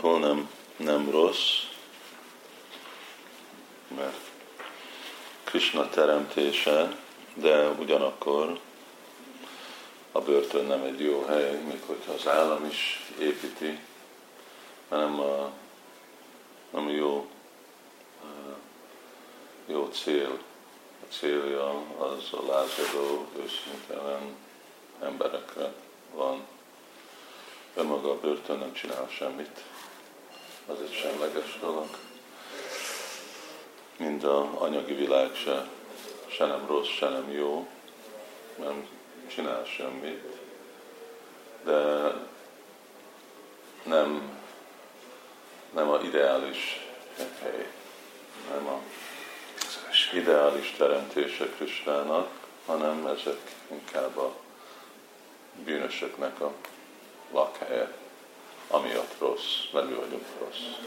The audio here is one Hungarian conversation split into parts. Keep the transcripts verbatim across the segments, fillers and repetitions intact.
szempontból nem, nem rossz, mert Krishna teremtése, de ugyanakkor a börtön nem egy jó hely, még hogyha az állam is építi, hanem a, nem jó, jó cél. A célja az a lázadó, őszintelen emberekre van. Önmaga a börtön nem csinál semmit. Az egy semleges dolog. Mind az anyagi világ se, se nem rossz, se nem jó, nem csinál semmit, de nem, nem az ideális hely, nem a ideális teremtése Krisnának, hanem ezek inkább a bűnösöknek a lakhelye, amiatt rossz, nem mi vagyunk rossz.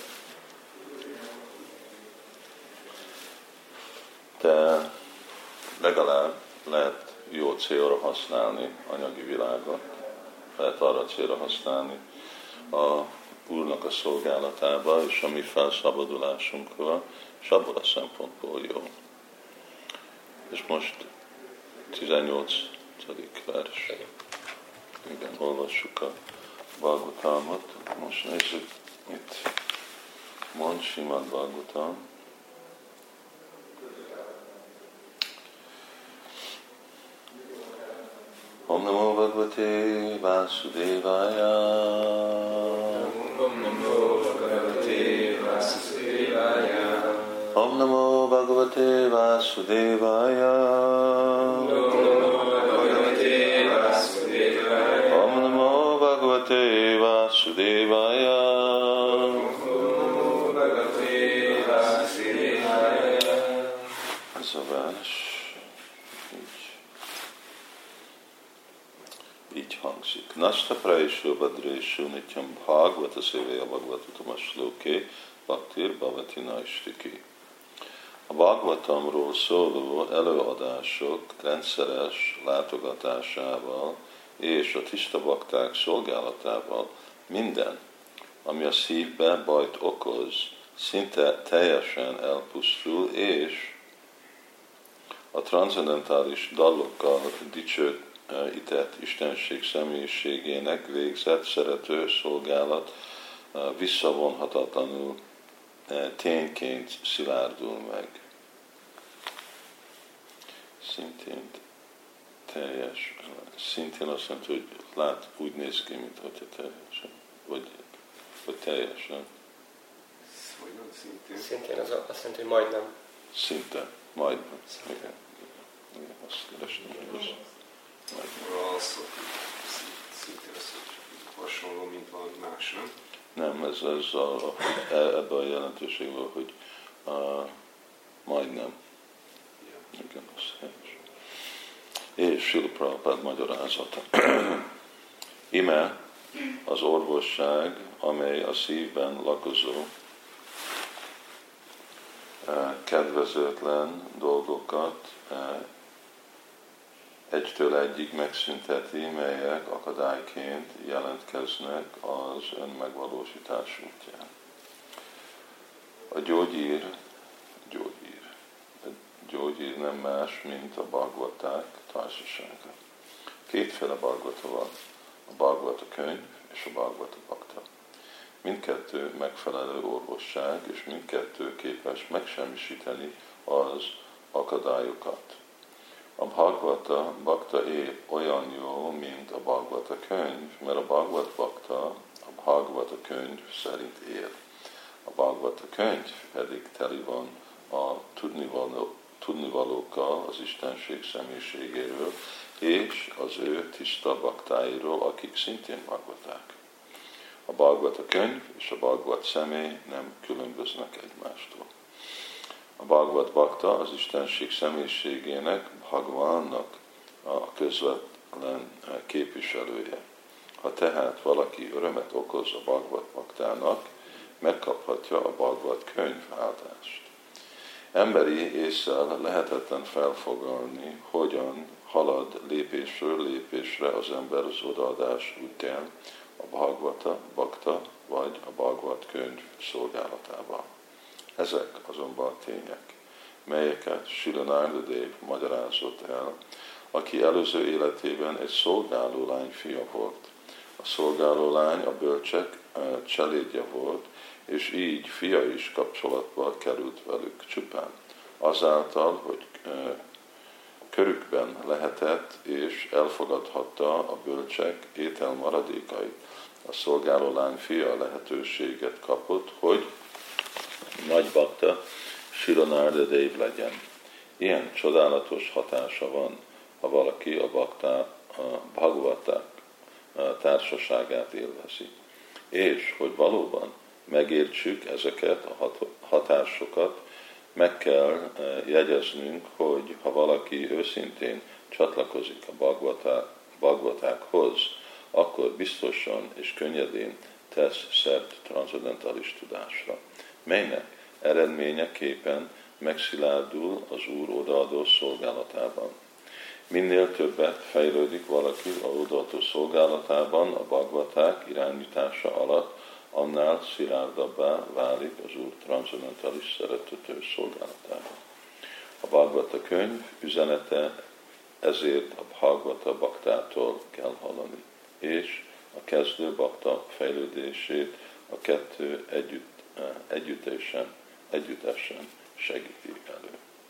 De legalább lehet jó célra használni anyagi világot, lehet arra célra használni a Úrnak a szolgálatába, és a mi felszabadulásunkra, és abból a szempontból jó. És most tizennyolcadik vers. Igen, olvassuk a Bhagavatamot. Most nézzük, itt mond Simad Bhagavatam. Om Namo Bhagavate Vasudevaya. Om Namo Bhagavate Vasudevaya. Om Namo Bhagavate Vasudevaya. Om Namo Bhagavate Vasudevaya. Ez a vers így hangzik. Nasta praishu badreshu nityam bhagavata seveya bhagavatam shloke bhaktir bhavati naistiki. A Bhagavatamról szóló előadások rendszeres látogatásával és a tiszta bakták szolgálatával minden, ami a szívbe bajt okoz, szinte teljesen elpusztul, és a transzendentális dalokkal dicsőített Istenség személyiségének végzett szerető szolgálat visszavonhatatlanul tényként szilárdul meg. Szintén teljes, szintén azt mondta, hogy lát, úgy néz ki, mint hogyha teljesen, vagy, vagy teljesen. Szintén. Szintén az azt jelenti, hogy majdnem. Szinte, majdnem. Igen. Igen, azt kerestem, hogy az majdnem. Szintén az hasonló, mint valami más, nem? Nem, ez, ez a, a, ebben a jelentőségben, hogy a, majdnem. Igen, az helyes. És Srila Prabhupád magyarázata. Ime az orvosság, amely a szívben lakozó kedvezőtlen dolgokat egytől egyig megszünteti, melyek akadályként jelentkeznek az önmegvalósítás útján. A gyógyír, gyógyír. A gyógyír nem más, mint a Bhagavaták társasága. Kétféle Bhagavata van, a Bhagavata könyv és a Bhagavata bakta. Mindkettő megfelelő orvosság, és mindkettő képes megsemmisíteni az akadályokat. A Bhagavata bakta épp olyan jó, mint a Bhagavata könyv, mert a Bhagavata bakta a Bhagavata könyv szerint él. A Bhagavata könyv pedig teli van a tudnivaló, tudnivalókkal az Istenség személyiségéről, és az ő tiszta baktáiról, akik szintén Bhagavaták. A Bhagavata könyv és a Bhagavat személy nem különböznek egymástól. A Bhagavat bakta az Istenség személyiségének, Bhagavannak a közvetlen képviselője. Ha tehát valaki örömet okoz a Bhagavat baktának, megkaphatja a Bhagavat könyv áldást. Emberi ésszel lehetetlen felfogalni, hogyan halad lépésről lépésre az ember az odaadás útján, a Bhagavata bakta vagy a Bhagavad könyv szolgálatában. Ezek azonban a tények, melyeket Srila Narada Dev magyarázott el, aki előző életében egy szolgáló lány fia volt. A szolgáló lány a bölcsek cselédje volt, és így fia is kapcsolatba került velük csupán. Azáltal, hogy körükben lehetett és elfogadhatta a bölcsek étel maradékait. A szolgáló lány fia lehetőséget kapott, hogy nagy bakta Srila Narada Dev legyen. Ilyen csodálatos hatása van, ha valaki a bakta, a bhagavaták társaságát élvezi. És hogy valóban megértsük ezeket a hatásokat, meg kell jegyeznünk, hogy ha valaki őszintén csatlakozik a bhagavatákhoz, akkor biztosan és könnyedén tesz szert transzendentális tudásra, melynek eredményeképpen megszilárdul az Úr odaadó szolgálatában. Minél többet fejlődik valaki a odaadó szolgálatában a bhagavaták irányítása alatt, annál szilárdabbá válik az Úr transzendentális szeretető szolgálatában. A Bhagavata könyv üzenete ezért a Bhagavata baktától kell hallani, és a kezdő bakta fejlődését a kettő együtt, együttesen, együttesen segíti elő.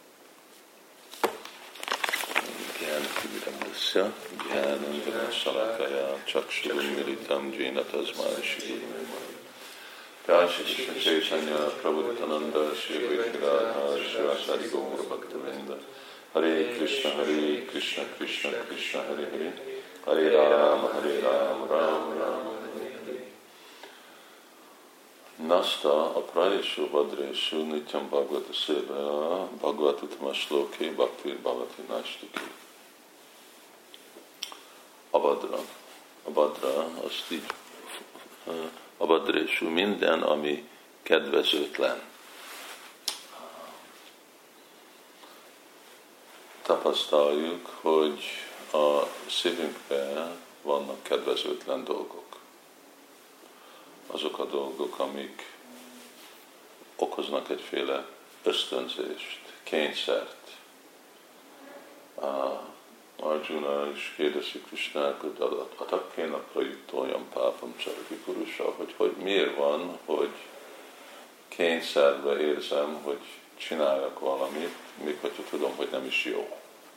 Gyánativiramassa, gyánandana salakaya, csakshurummiritam jéna tazmai shivimai. Kási Krishna Chaitanya Prabhu Nityananda Shri Radha Shivasari Gaura Bhaktavinda. Hare Krishna, Hare Krishna, Krishna Krishna, Hare Hare. Hare Rama, Hare Rama, Rama Rama, Hare Hare. Nasta aprayeshu vadreshu nityam bhagavata seva bhagavata tamashloke bhaktir bhavati nastiki. Abadra. Abadra, azt így abadreshu, minden, ami kedvezőtlen. Tapasztaljuk, hogy a szívünkben vannak kedvezőtlen dolgok. Azok a dolgok, amik okoznak egyféle ösztönzést, kényszert. Arjuna is kérdezi Krishnát, hogy atakkéna prajuktójam pápam csaraki purusa, hogy, hogy miért van, hogy kényszerbe érzem, hogy csináljak valamit, még hogyha tudom, hogy nem is jó.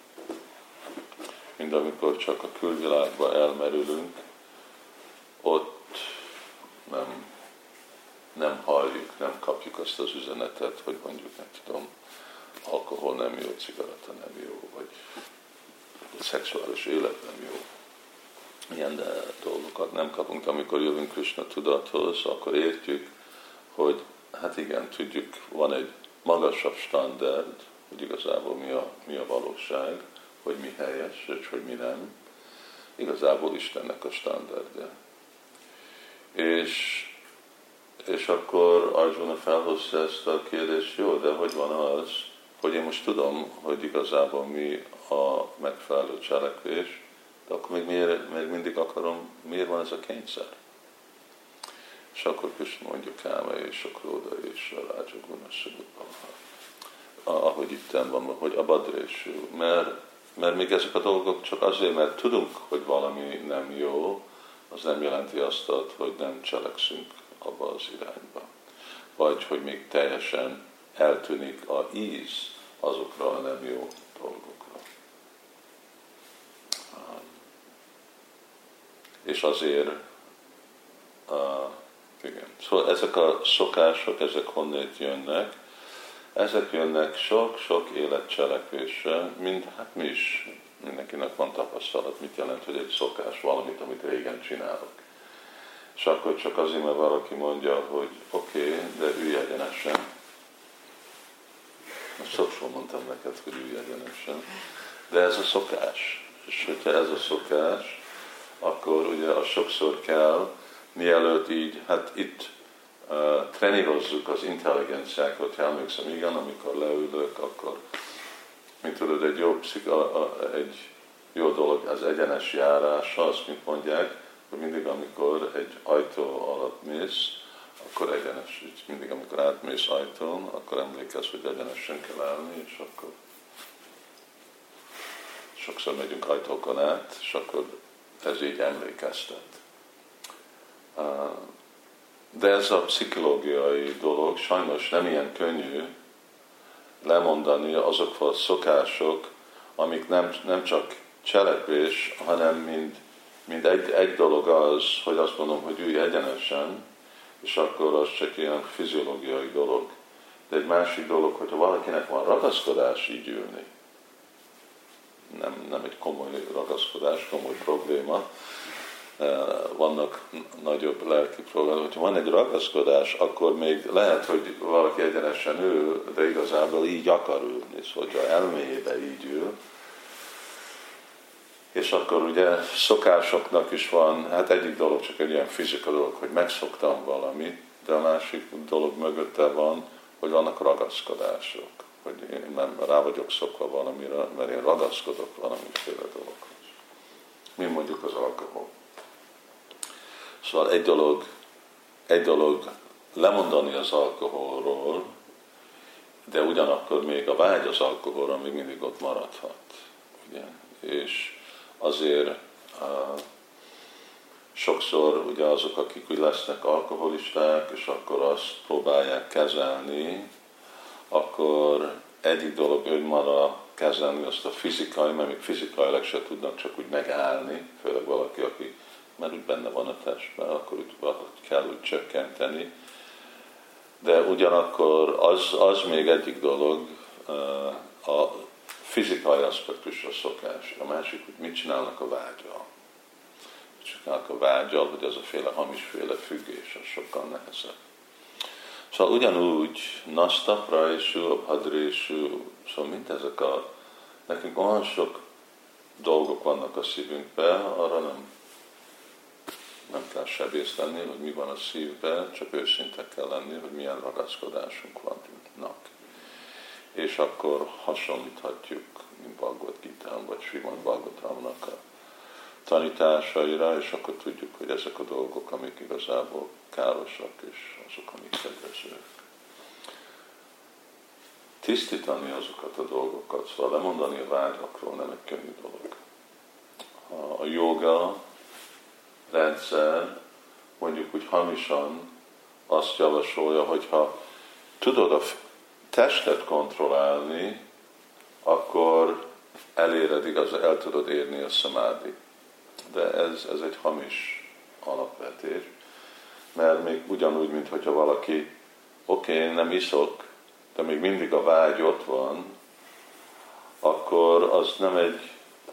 Mind amikor csak a külvilágba elmerülünk, ott nem, nem halljuk, nem kapjuk azt az üzenetet, hogy mondjuk, nem tudom, alkohol nem jó, cigaretta nem jó, vagy a szexuális élet nem jó. Ilyen dolgokat nem kapunk, de amikor jövünk Krishna tudathoz, akkor értjük, hogy hát igen, tudjuk, van egy magasabb standard, hogy igazából mi a, mi a valóság, hogy mi helyes, és hogy mi nem. Igazából Istennek a standardja. És, és akkor Arjuna felhozta ezt a kérdést, jó, de hogy van az, hogy én most tudom, hogy igazából mi a megfelelő cselekvés, de akkor még, miért, még mindig akarom, miért van ez a kényszer? És akkor Krishna mondja Káma és a Króda és a Rájaguna Sudupalha. Ahogy itt van, hogy abadrésű, mert, mert még ezek a dolgok csak azért, mert tudunk, hogy valami nem jó, az nem jelenti azt, hogy nem cselekszünk abba az irányba. Vagy hogy még teljesen eltűnik a íz azokra a nem jó dolgokra. És azért, uh, igen. Szóval ezek a szokások, ezek honnét jönnek? Ezek jönnek sok-sok életcselekvésre, mint hát mi is, mindenkinek van tapasztalat, mit jelent, hogy egy szokás, valamit, amit régen csinálok. És akkor csak azért, mert valaki mondja, hogy oké, okay, de ülj egyenesen. Most sokszor mondtam neked, hogy ülj egyenesen. De ez a szokás. És hogyha ez a szokás, akkor ugye az sokszor kell, mielőtt így, hát itt uh, trenírozzuk az intelligenciákat, ha emlékszem, igen, amikor leülök, akkor, mint tudod, egy jó, pszicha, egy jó dolog az egyenes járása, azt mint mondják, hogy mindig, amikor egy ajtó alatt mész, akkor egyenes, mindig, amikor átmész ajtón, akkor emlékezz, hogy egyenesen kell állni, és akkor sokszor megyünk ajtókon át, és akkor ez így emlékeztet. De ez a pszichológiai dolog sajnos nem ilyen könnyű lemondani azokról a szokások, amik nem, nem csak cselekvés, hanem mind, mind egy, egy dolog az, hogy azt mondom, hogy ülj egyenesen, és akkor az csak ilyen fiziológiai dolog. De egy másik dolog, hogyha valakinek van ragaszkodás így ülni, nem, nem egy komoly ragaszkodás, komoly probléma, vannak nagyobb lelki problémák. Hogyha van egy ragaszkodás, akkor még lehet, hogy valaki egyenesen ül, de igazából így akar ülni, szóval hogyha elméjébe így ül, és akkor ugye szokásoknak is van, hát egyik dolog csak egy ilyen fizika dolog, hogy megszoktam valamit, de a másik dolog mögötte van, hogy vannak ragaszkodások, hogy én nem rá vagyok szokva valamire, mert én ragaszkodok valamiféle dologhoz. Mi mondjuk az alkohol. Szóval egy dolog, egy dolog lemondani az alkoholról, de ugyanakkor még a vágy az alkoholra még mindig ott maradhat. Ugye? És azért uh, sokszor ugye azok, akik úgy lesznek alkoholisták, és akkor azt próbálják kezelni, akkor egyik dolog önmaga kezelni azt a fizikai, mert még fizikailag se tudnak csak úgy megállni, főleg valaki, aki mert úgy benne van a testben, akkor úgy kell úgy csökkenteni. De ugyanakkor az, az még egyik dolog, a fizikai aspektus a szokás. A másik, hogy mit csinálnak a vágyal. Mit csinálnak a vágyal, hogy az a féle hamisféle függés, az sokkal nehezebb. Szóval ugyanúgy nasta, prajsú, hadrésú, szóval mint ezek a, nekünk olyan sok dolgok vannak a szívünkben, arra nem nem kell sebész lenni, hogy mi van a szívben, csak őszinte kell lenni, hogy milyen ragaszkodásunk vannak. És akkor hasonlíthatjuk, mint Bhagavad Gitán, vagy Srimad Bhagavatamnak a tanításaira, és akkor tudjuk, hogy ezek a dolgok, amik igazából károsak, és azok, amik kedvezők. Tisztítani azokat a dolgokat, szóval lemondani a vágyakról nem egy könnyű dolog. A joga rendszer, mondjuk úgy hamisan azt javasolja, hogy ha tudod a testet kontrollálni, akkor eléred igaz, el tudod érni a szamádi. De ez, ez egy hamis alapvetés, mert még ugyanúgy, mint hogyha valaki, oké, okay, nem iszok, de még mindig a vágy ott van, akkor az nem egy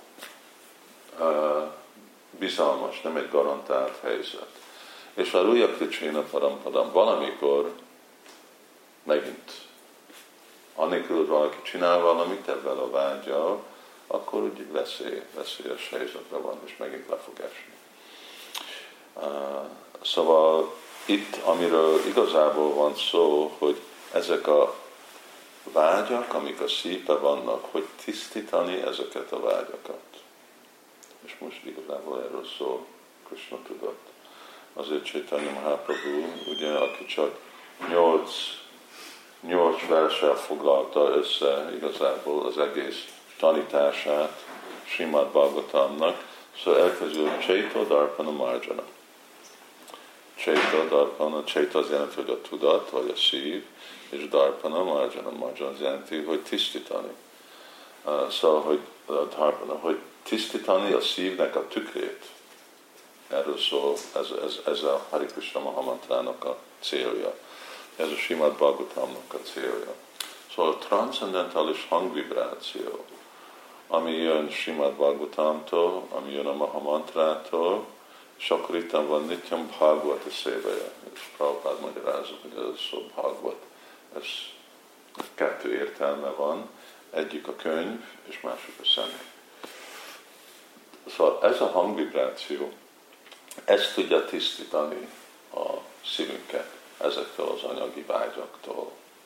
uh, bizalmas, nem egy garantált helyzet. És a Rujakricsina Parampadam valamikor megint, anélkül, hogy valaki csinál valamit ebben a vágyal, akkor úgy veszély, veszélyes helyzetre van, és megint le fog esni. Uh, szóval itt, amiről igazából van szó, hogy ezek a vágyak, amik a szívben vannak, hogy tisztítani ezeket a vágyakat. És most igazából erről szól Krishna tudat. Azért Chaitanya Mahaprabhu, ugye, aki csak nyolc, nyolc verssel foglalta össze igazából az egész tanítását Srimad Bhagavatamnak, szóval elkezdő Chaita Darpana Marjana. Chaita Darpana, Chaita az jelenti, hogy a tudat, vagy a szív, és Darpana, Marjana, Marjana az jelenti, hogy tisztítani. Uh, szóval, hogy uh, Darpana, hogy tisztítani a szívnek a tükrét. Erről szól, ez, ez, ez a Hare Krishna Mahamantrának a célja. Ez a Srimad Bhagavatamnak a célja. Szóval a transzendentális hangvibráció, ami jön Srimad Bhagavatamtól, ami jön a Mahamantrától, és akkor itt van Nityam Bhagavata széveje. És Prabhupád magyarázza, hogy ez a szó Bhagavat. Ez kettő értelme van, egyik a könyv, és másik a személy. Szóval ez a hangvibráció, ezt tudja tisztítani a szívünket ezektől az anyagi vágyaktól.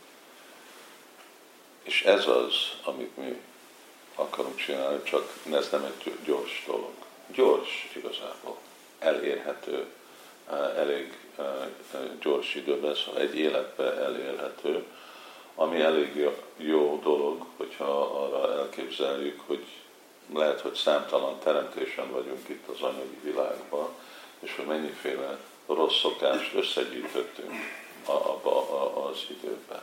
És ez az, amit mi akarunk csinálni, csak ez nem egy gyors dolog. Gyors igazából. elérhető, elég gyors időben, szóval egy életben elérhető, ami elég jó dolog, hogyha arra elképzeljük, hogy lehet, hogy számtalan teremtésen vagyunk itt az anyagi világban, és hogy mennyiféle rossz szokást összegyűjtöttünk abba az időben.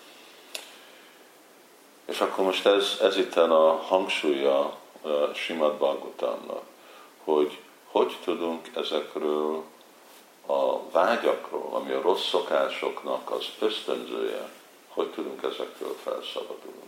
És akkor most ez, ez itten a hangsúlya Srimad Bhagavatamnak, hogy hogy tudunk ezekről a vágyakról, ami a rossz szokásoknak az ösztönzője, hogy tudunk ezekről felszabadulni.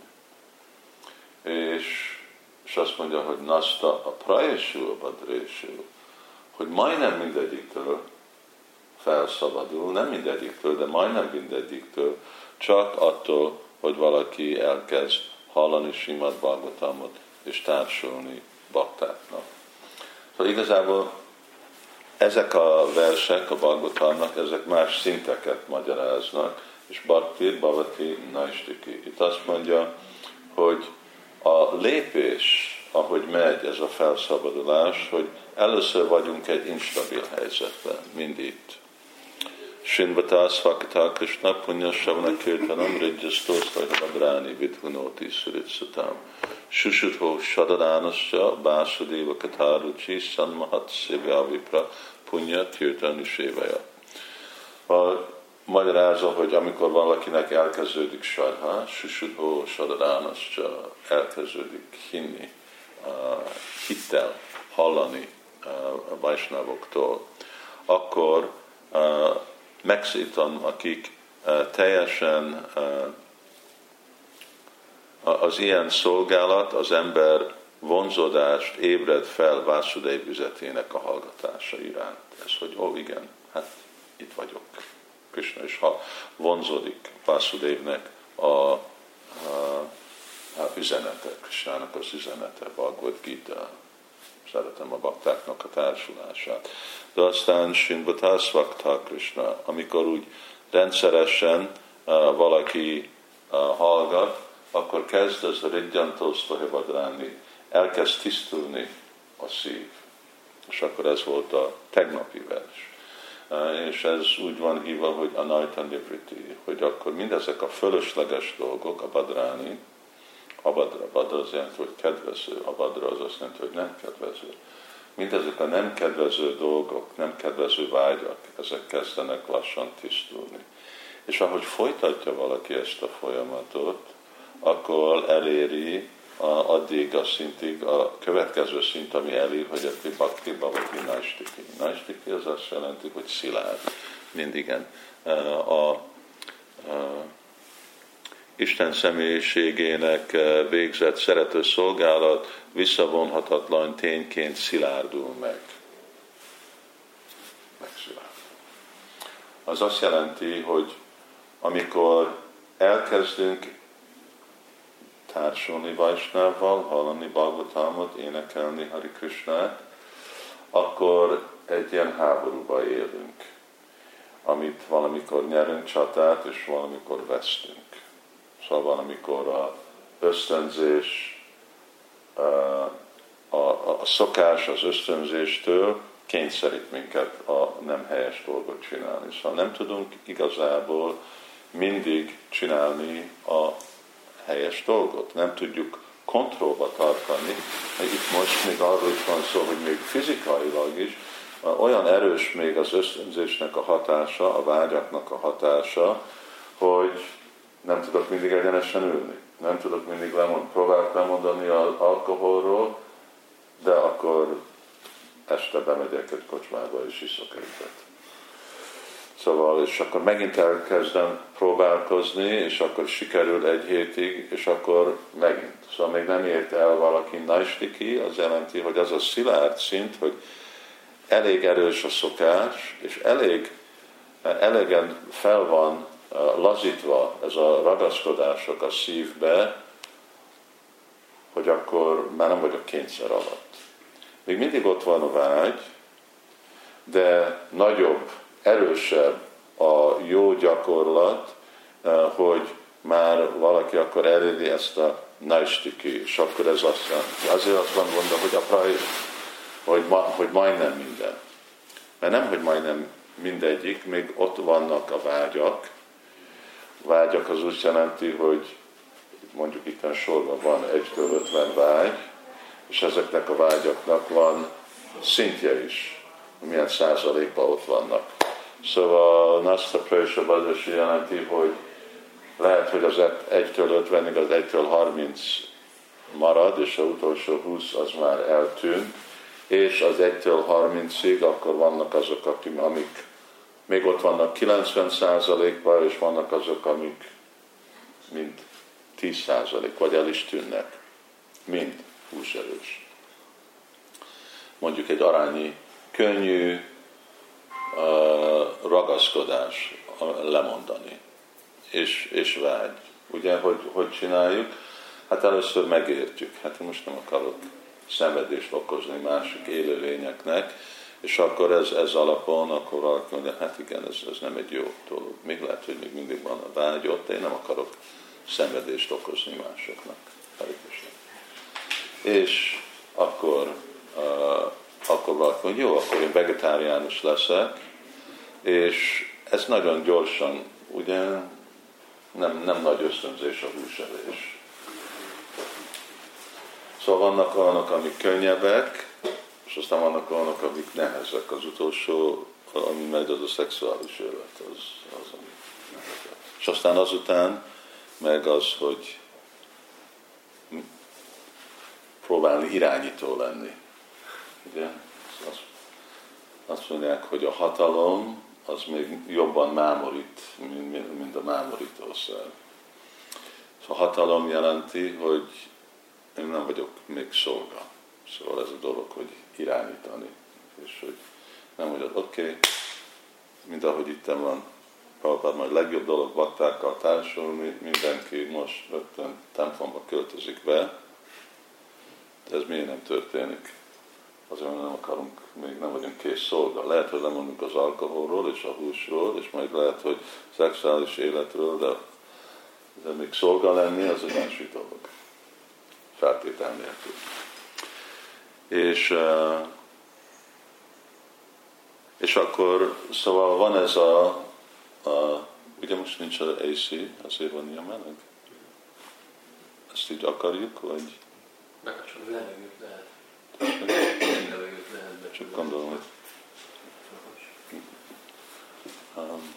És, és azt mondja, hogy nasta a prajésú, a badrésú, hogy majdnem mindegyiktől felszabadul, nem mindegyiktől, de majdnem mindegyiktől, csak attól, hogy valaki elkezd hallani Srimad Bhagavatamot és társulni baktáknak. Szóval igazából ezek a versek a Bhagavatamnak, ezek más szinteket magyaráznak, és Bhakti, Bhavati, Naistiki. Itt azt mondja, hogy a lépés, ahogy megy ez a felszabadulás, hogy először vagyunk egy instabil helyzetben, mind itt. Srinvata Svakata Krishna Punya Savana Kirtanam Rijjasztósztai Hadráni Vidhunoti Suricatam Susutho Sadadánasya Básudéva Katárucsi Sanmahat Szivya Vipra Punya Kirtani Sévaja. Magyarázza, hogy amikor valakinek elkezdődik sarha, Susutho Sadadánasya, elkezdődik hinni, hittel, hallani a Vaisnavoktól, akkor megszítom, akik uh, teljesen uh, az ilyen szolgálat, az ember vonzódást ébred fel Vásudév üzetének a hallgatása iránt. Ez, hogy ó, igen, hát itt vagyok. Krishna is ha vonzódik Vásudévnek a, a, a üzenete, Krishnának az üzenete, Bhagavad Gita. Szeretem a baktáknak a társulását. De aztán Srinvata Svakta Krishna, amikor úgy rendszeresen uh, valaki uh, hallgat, akkor kezd ez a Ridjantósztahi Vadráni, elkezd tisztulni a szív. És akkor ez volt a tegnapi vers. Uh, és ez úgy van hívva, hogy Anaita Nivriti, hogy akkor mindezek a fölösleges dolgok, a Vadráni, Abadra, Badra az jelenti, hogy kedvező, Abadra az azt jelenti, hogy nem kedvező. Mindezek a nem kedvező dolgok, nem kedvező vágyak, ezek kezdenek lassan tisztulni. És ahogy folytatja valaki ezt a folyamatot, akkor eléri a, addig a szintig, a következő szint, ami elér, hogy a Bhakti Bhavati Naistiki. Naistiki az azt jelenti, hogy szilárd, mindigen. A, a, a Isten személyiségének végzett szerető szolgálat visszavonhatatlan tényként szilárdul meg. Megszilárdul. Az azt jelenti, hogy amikor elkezdünk társulni Vaisnávval, hallani Bhagavatamot, énekelni Hari Krishnát, akkor egy ilyen háborúba élünk, amit valamikor nyerünk csatát, és valamikor vesztünk. Szóval van, amikor a ösztönzés, a, a, a szokás az ösztönzéstől kényszerít minket a nem helyes dolgot csinálni. Szóval nem tudunk igazából mindig csinálni a helyes dolgot. Nem tudjuk kontrollba tartani. Itt most még arról is van szó, hogy még fizikailag is olyan erős még az ösztönzésnek a hatása, a vágyaknak a hatása, hogy nem tudok mindig egyenesen ülni. Nem tudok mindig lemond, próbálok lemondani az alkoholról, de akkor este bemegyek egy kocsmába és iszok egyet. Szóval, és akkor megint elkezdem próbálkozni, és akkor sikerül egy hétig, és akkor megint. Szóval még nem ért el valaki naistiki, az jelenti, hogy az a szilárd szint, hogy elég erős a szokás, és elég, elegen fel van lazítva ez a ragaszkodások a szívbe, hogy akkor már nem vagyok kényszer alatt. Még mindig ott van a vágy, de nagyobb, erősebb a jó gyakorlat, hogy már valaki akkor eléri ezt a naistiki, és akkor ez azt jelenti. Azért azt van mondva, hogy a praj, hogy, ma, hogy majdnem minden. mert nem, hogy majdnem mindegyik, még ott vannak a vágyak. Vágyak az úgy jelenti, hogy mondjuk itt sorban van egytől ötven vágy, és ezeknek a vágyaknak van szintje is, milyen százalékban ott vannak. Szóval Nasta Prajsa Badasi jelenti, hogy lehet, hogy az egytől ötvenig az egytől harminc marad, és az utolsó húsz az már eltűnt, és az egytől harmincig akkor vannak azok, akik, amik még ott vannak kilencven százalékban, és vannak azok, amik mind tíz százalék, vagy el is tűnnek. Mind húserős. Mondjuk egy arányi, könnyű uh, ragaszkodás lemondani, és, és vágy. Ugye, hogy, hogy csináljuk? Hát először megértjük. Hát most nem akarok szenvedést okozni másik élőlényeknek, és akkor ez, ez alapon, akkor valaki mondja, hát igen, ez, ez nem egy jó dolog. Még lehet, hogy még mindig van a vágy ott, de én nem akarok szenvedést okozni másoknak. És akkor, uh, akkor valaki mondja, jó, akkor én vegetáriánus leszek, és ez nagyon gyorsan, ugye, nem, nem nagy ösztönzés a húsevés. Szóval vannak olyanok, amik könnyebbek, és aztán vannak olyanok, amik nehezek. Az utolsó, ami megy, az a szexuális élet. Az, az, ami nehezek. És aztán azután meg az, hogy próbálni irányító lenni. Ugye? Azt, azt mondják, hogy a hatalom az még jobban mámorít, mint, mint a mámorítószer. A hatalom jelenti, hogy én nem vagyok még szolga. Szóval ez a dolog, hogy irányítani. És hogy nem mondod, oké, okay, mint ahogy itt van, Prabhupád, majd legjobb dolog baktákkal társulni, mindenki most rögtön templomba költözik be, de ez miért nem történik? Azért nem akarunk, még nem vagyunk kész szolga. Lehet, hogy lemondunk az alkoholról és a húsról, és majd lehet, hogy szexuális életről, de, de még szolga lenni, az egy másik dolog. Feltétel nélkül. És, és akkor, szóval van ez a, a ugye most nincs az á cé, azért van ilyen meleg? Ezt így akarjuk, vagy? Bekapcsolni levegőt lehet. Levegőt lehet becsülni. Csak gondolom, hogy... Um,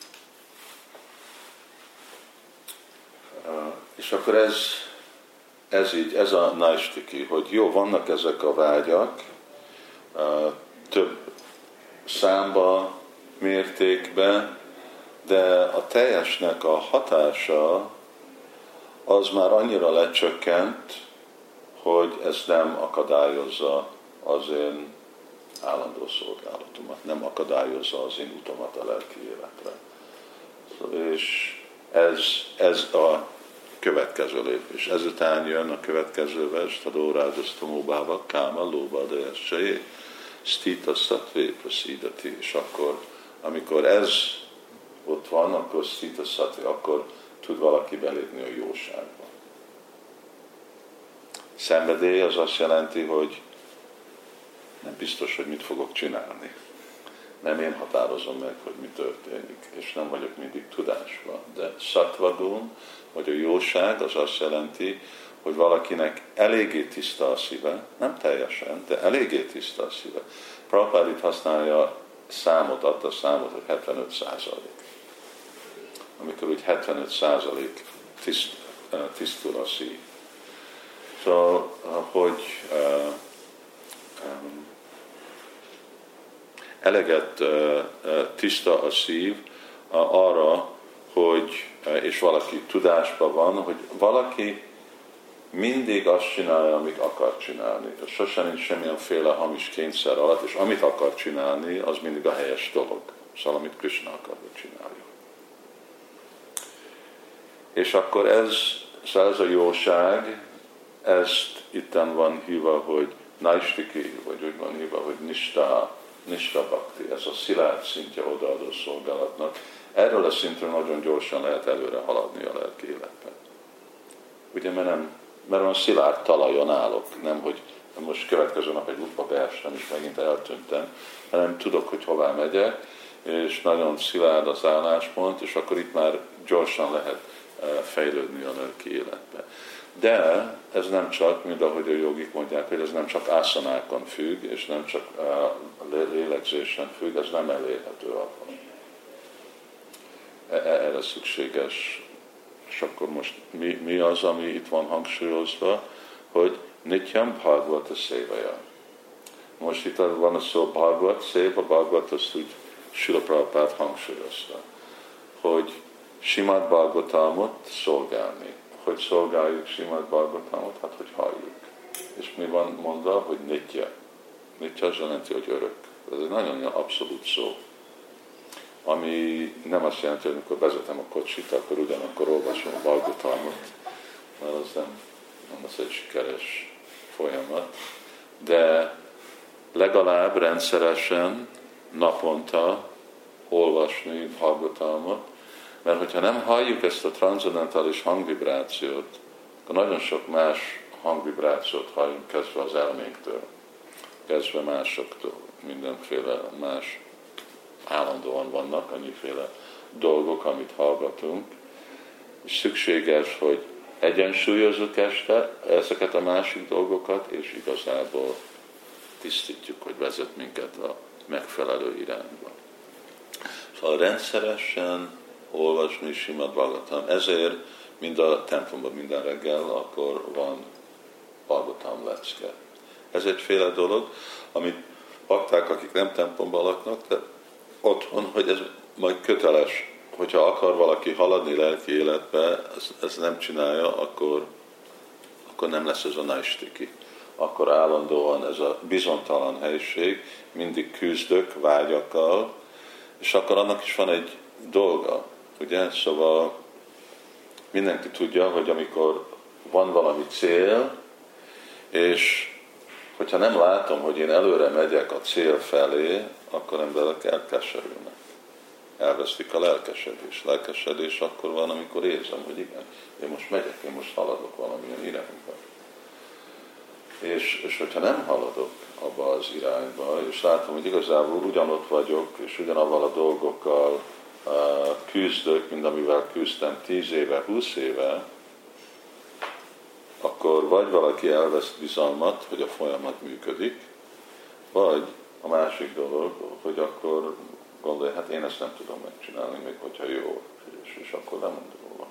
uh, és akkor ez, ez így, ez a naistiki, hogy jó, vannak ezek a vágyak, uh, több számba, mértékben, de a teljesnek a hatása az már annyira lecsökkent, hogy ez nem akadályozza az én állandó szolgálatomat, nem akadályozza az én utamat a lelki életre. És ez, ez a következő lépés. Ezután jön a következő vers, Tadórádasztamóbáva, Káma, Lóba, de ez se Stita Sattvé Praszidati, és akkor, amikor ez ott van, akkor Stita Sattvé, akkor tud valaki belépni a jóságba. Szenvedély az azt jelenti, hogy nem biztos, hogy mit fogok csinálni. Nem én határozom meg, hogy mi történik, és nem vagyok mindig tudásban. De Sattva-gun, vagy a jóság, az azt jelenti, hogy valakinek eléggé tiszta a szíve, nem teljesen, de eléggé tiszta a szíve. Prabhupád itt használja számot, adta számot, hogy hetvenöt százalék. Amikor úgy hetvenöt százalék tiszt, tisztul a szív. Szóval, hogy uh, um, eleget uh, tiszta a szív uh, arra, hogy, uh, és valaki tudásban van, hogy valaki mindig azt csinálja, amit akar csinálni. Sosem nincs semmilyenféle hamis kényszer alatt, és amit akar csinálni, az mindig a helyes dolog. Szóval, amit Krishna akar, hogy csinálja. És akkor ez, szóval ez a jóság, ezt itten van hívva, hogy naistiki, vagy úgy van hívva, hogy nista, nista bhakti, ez a szilárd szintje odaadó szolgálatnak. Erről a szintről nagyon gyorsan lehet előre haladni a lelki életben. Ugye, mert, nem, mert olyan szilárd talajon állok, nem, hogy most következő nap egy útba beestem, és megint eltűntem, hanem tudok, hogy hová megyek, és nagyon szilárd az álláspont, és akkor itt már gyorsan lehet fejlődni a lelki életbe. De ez nem csak, mint ahogy a jogik mondják, hogy ez nem csak ászanákon függ, és nem csak a lélegzésen függ, ez nem elérhető abban. Erre szükséges. És akkor most mi, mi az, ami itt van hangsúlyozva, hogy Nityam Bhagavata Sevaja. Most itt van a szó Bhagavat, Seva, Bhagavat, azt úgy Srila Prabhupád hangsúlyozta, hogy Simad Bhagavatamot szolgálni. Hogy szolgáljuk Simad Bhagavatamot? Hát, hogy halljuk. És mi van mondva, hogy Nitya. Nitya az jelenti, hogy örök. Ez egy nagyon abszolút szó. Ami nem azt jelenti, hogy amikor vezetem a kocsit, akkor ugyanakkor olvasom a Bhagavatamot, mert az nem, nem az egy sikeres folyamat. De legalább rendszeresen, naponta olvasni Bhagavatamot, mert hogyha nem halljuk ezt a transzendentális hangvibrációt, akkor nagyon sok más hangvibrációt halljunk, kezdve az elménktől, kezdve másoktól, mindenféle más állandóan vannak, annyiféle dolgok, amit hallgatunk, és szükséges, hogy egyensúlyozzuk este ezeket a másik dolgokat, és igazából tisztítjuk, hogy vezet minket a megfelelő irányba. Szóval rendszeresen olvasni Simad Bhagavatam. Ezért mind a templomban minden reggel akkor van Bhagavatam lecke. Ez egyféle dolog, amit bakták, akik nem templomban laknak, de otthon, hogy ez majd köteles, hogyha akar valaki haladni lelki életbe, ez, ez nem csinálja, akkor, akkor nem lesz ez a naistiki. Akkor állandóan ez a bizonytalan helység, mindig küzdök vágyakkal, és akkor annak is van egy dolga, ugye? Szóval mindenki tudja, hogy amikor van valami cél, és hogyha nem látom, hogy én előre megyek a cél felé, akkor emberek elkeserülnek. Elvesztik a lelkesedés. Lelkesedés akkor van, amikor érzem, hogy igen, én most megyek, én most haladok valamilyen irányba. És, és hogyha nem haladok abba az irányba, és látom, hogy igazából ugyanott vagyok, és ugyanavval a dolgokkal uh, küzdök, mint amivel küzdtem tíz éve, húsz éve, akkor vagy valaki elvesz bizalmat, hogy a folyamat működik, vagy a másik dolog, hogy akkor gondolja, hát én ezt nem tudom megcsinálni, még hogyha jó, és, és akkor nem mond róla.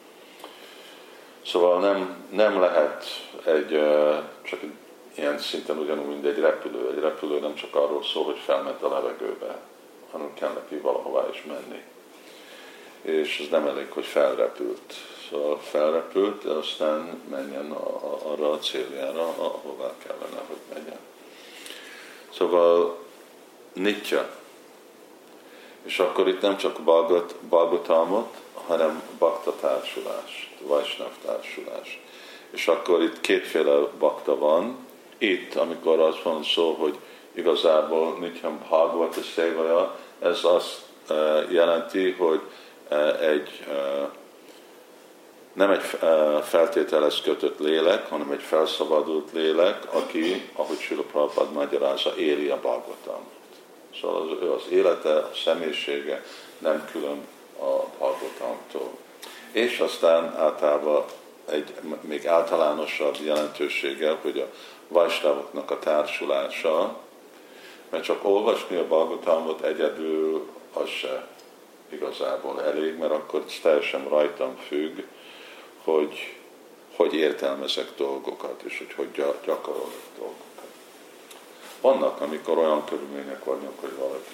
Szóval nem, nem lehet egy, csak egy ilyen szinten ugyanúgy, mint egy repülő. Egy repülő nem csak arról szól, hogy felment a levegőbe, hanem kell neki valahová is menni. És ez nem elég, hogy felrepült. Szóval felrepült, de aztán menjen a, a, arra a céljára, ahová kellene, hogy menjen. Szóval Nitya. És akkor itt nem csak Bhagavatamot, hanem Bhakta társulást, Vaisnav társulást. És akkor itt kétféle bakta van. Itt, amikor az van szó, hogy igazából Nityam Bhagavata Sevaja, ez azt jelenti, hogy egy, nem egy feltételez kötött lélek, hanem egy felszabadult lélek, aki, ahogy Srila Prabhupád magyarázza, éli a Bhagavatamot. Szóval az, ő az élete, a személyisége nem külön a Bhagavatamtól. És aztán általában egy még általánosabb jelentőséggel, hogy a vajsnavoknak a társulása, mert csak olvasni a Bhagavatamot egyedül az se igazából elég, mert akkor teljesen rajtam függ, hogy hogy értelmezek dolgokat, és hogy hogy gyakorolok dolgokat. Vannak, amikor olyan körülmények vannak, hogy valaki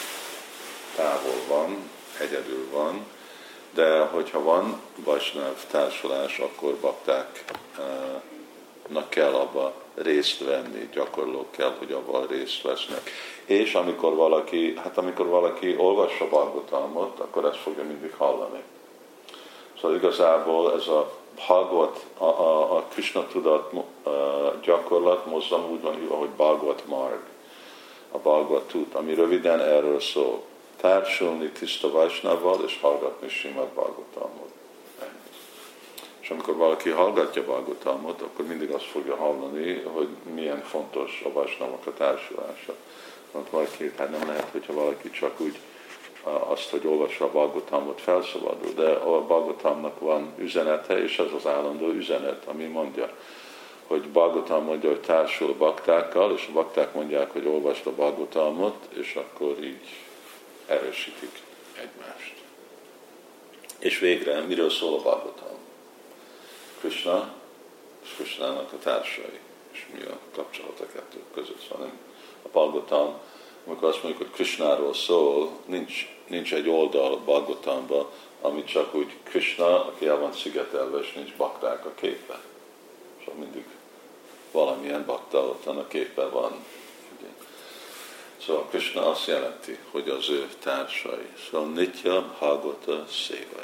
távol van, egyedül van, de hogyha van vajsnav társulás, akkor baktáknak kell abba részt venni, gyakorlók kell, hogy abban részt vesznek. És amikor valaki, hát amikor valaki olvassa Bhagavatamot, akkor ezt fogja mindig hallani. Szóval igazából ez a Bhagavat, a, a, a Krishna tudat uh, gyakorlat mozzam úgy van, ahogy Bhagavat Marg, a Bhagavat tud, ami röviden erről szól. Társulni tiszta Vaisnavval és hallgatni Simad Bhagavatamot. És amikor valaki hallgatja Bhagavatamot, akkor mindig azt fogja hallani, hogy milyen fontos a Vaisnavok a társulása. Mert valaki, hát nem lehet, hogyha valaki csak úgy azt, hogy olvassa a Bhagavatamot, felszabadul, de a Bhagavatamnak van üzenete, és ez az állandó üzenet, ami mondja, hogy Bhagavatam mondja, hogy társul a baktákkal, és a bakták mondják, hogy olvasd a Bhagavatamot, és akkor így erősítik egymást. És végre, miről szól a Bhagavatam? Krishna és Krishnának a társai, és mi a kapcsolat a kettő között. Szóval nem a Bhagavatam, amikor azt mondjuk, hogy Krishnáról szól, nincs, nincs egy oldal a Bhagavatamban, ami csak úgy Krishna, aki el van szigetelve, és nincs bakták a képben. Szóval mindig valamilyen bakta ott a képben van. Szóval Krishna azt jelenti, hogy az ő társai. Szóval Nitya Bhagavata Seva.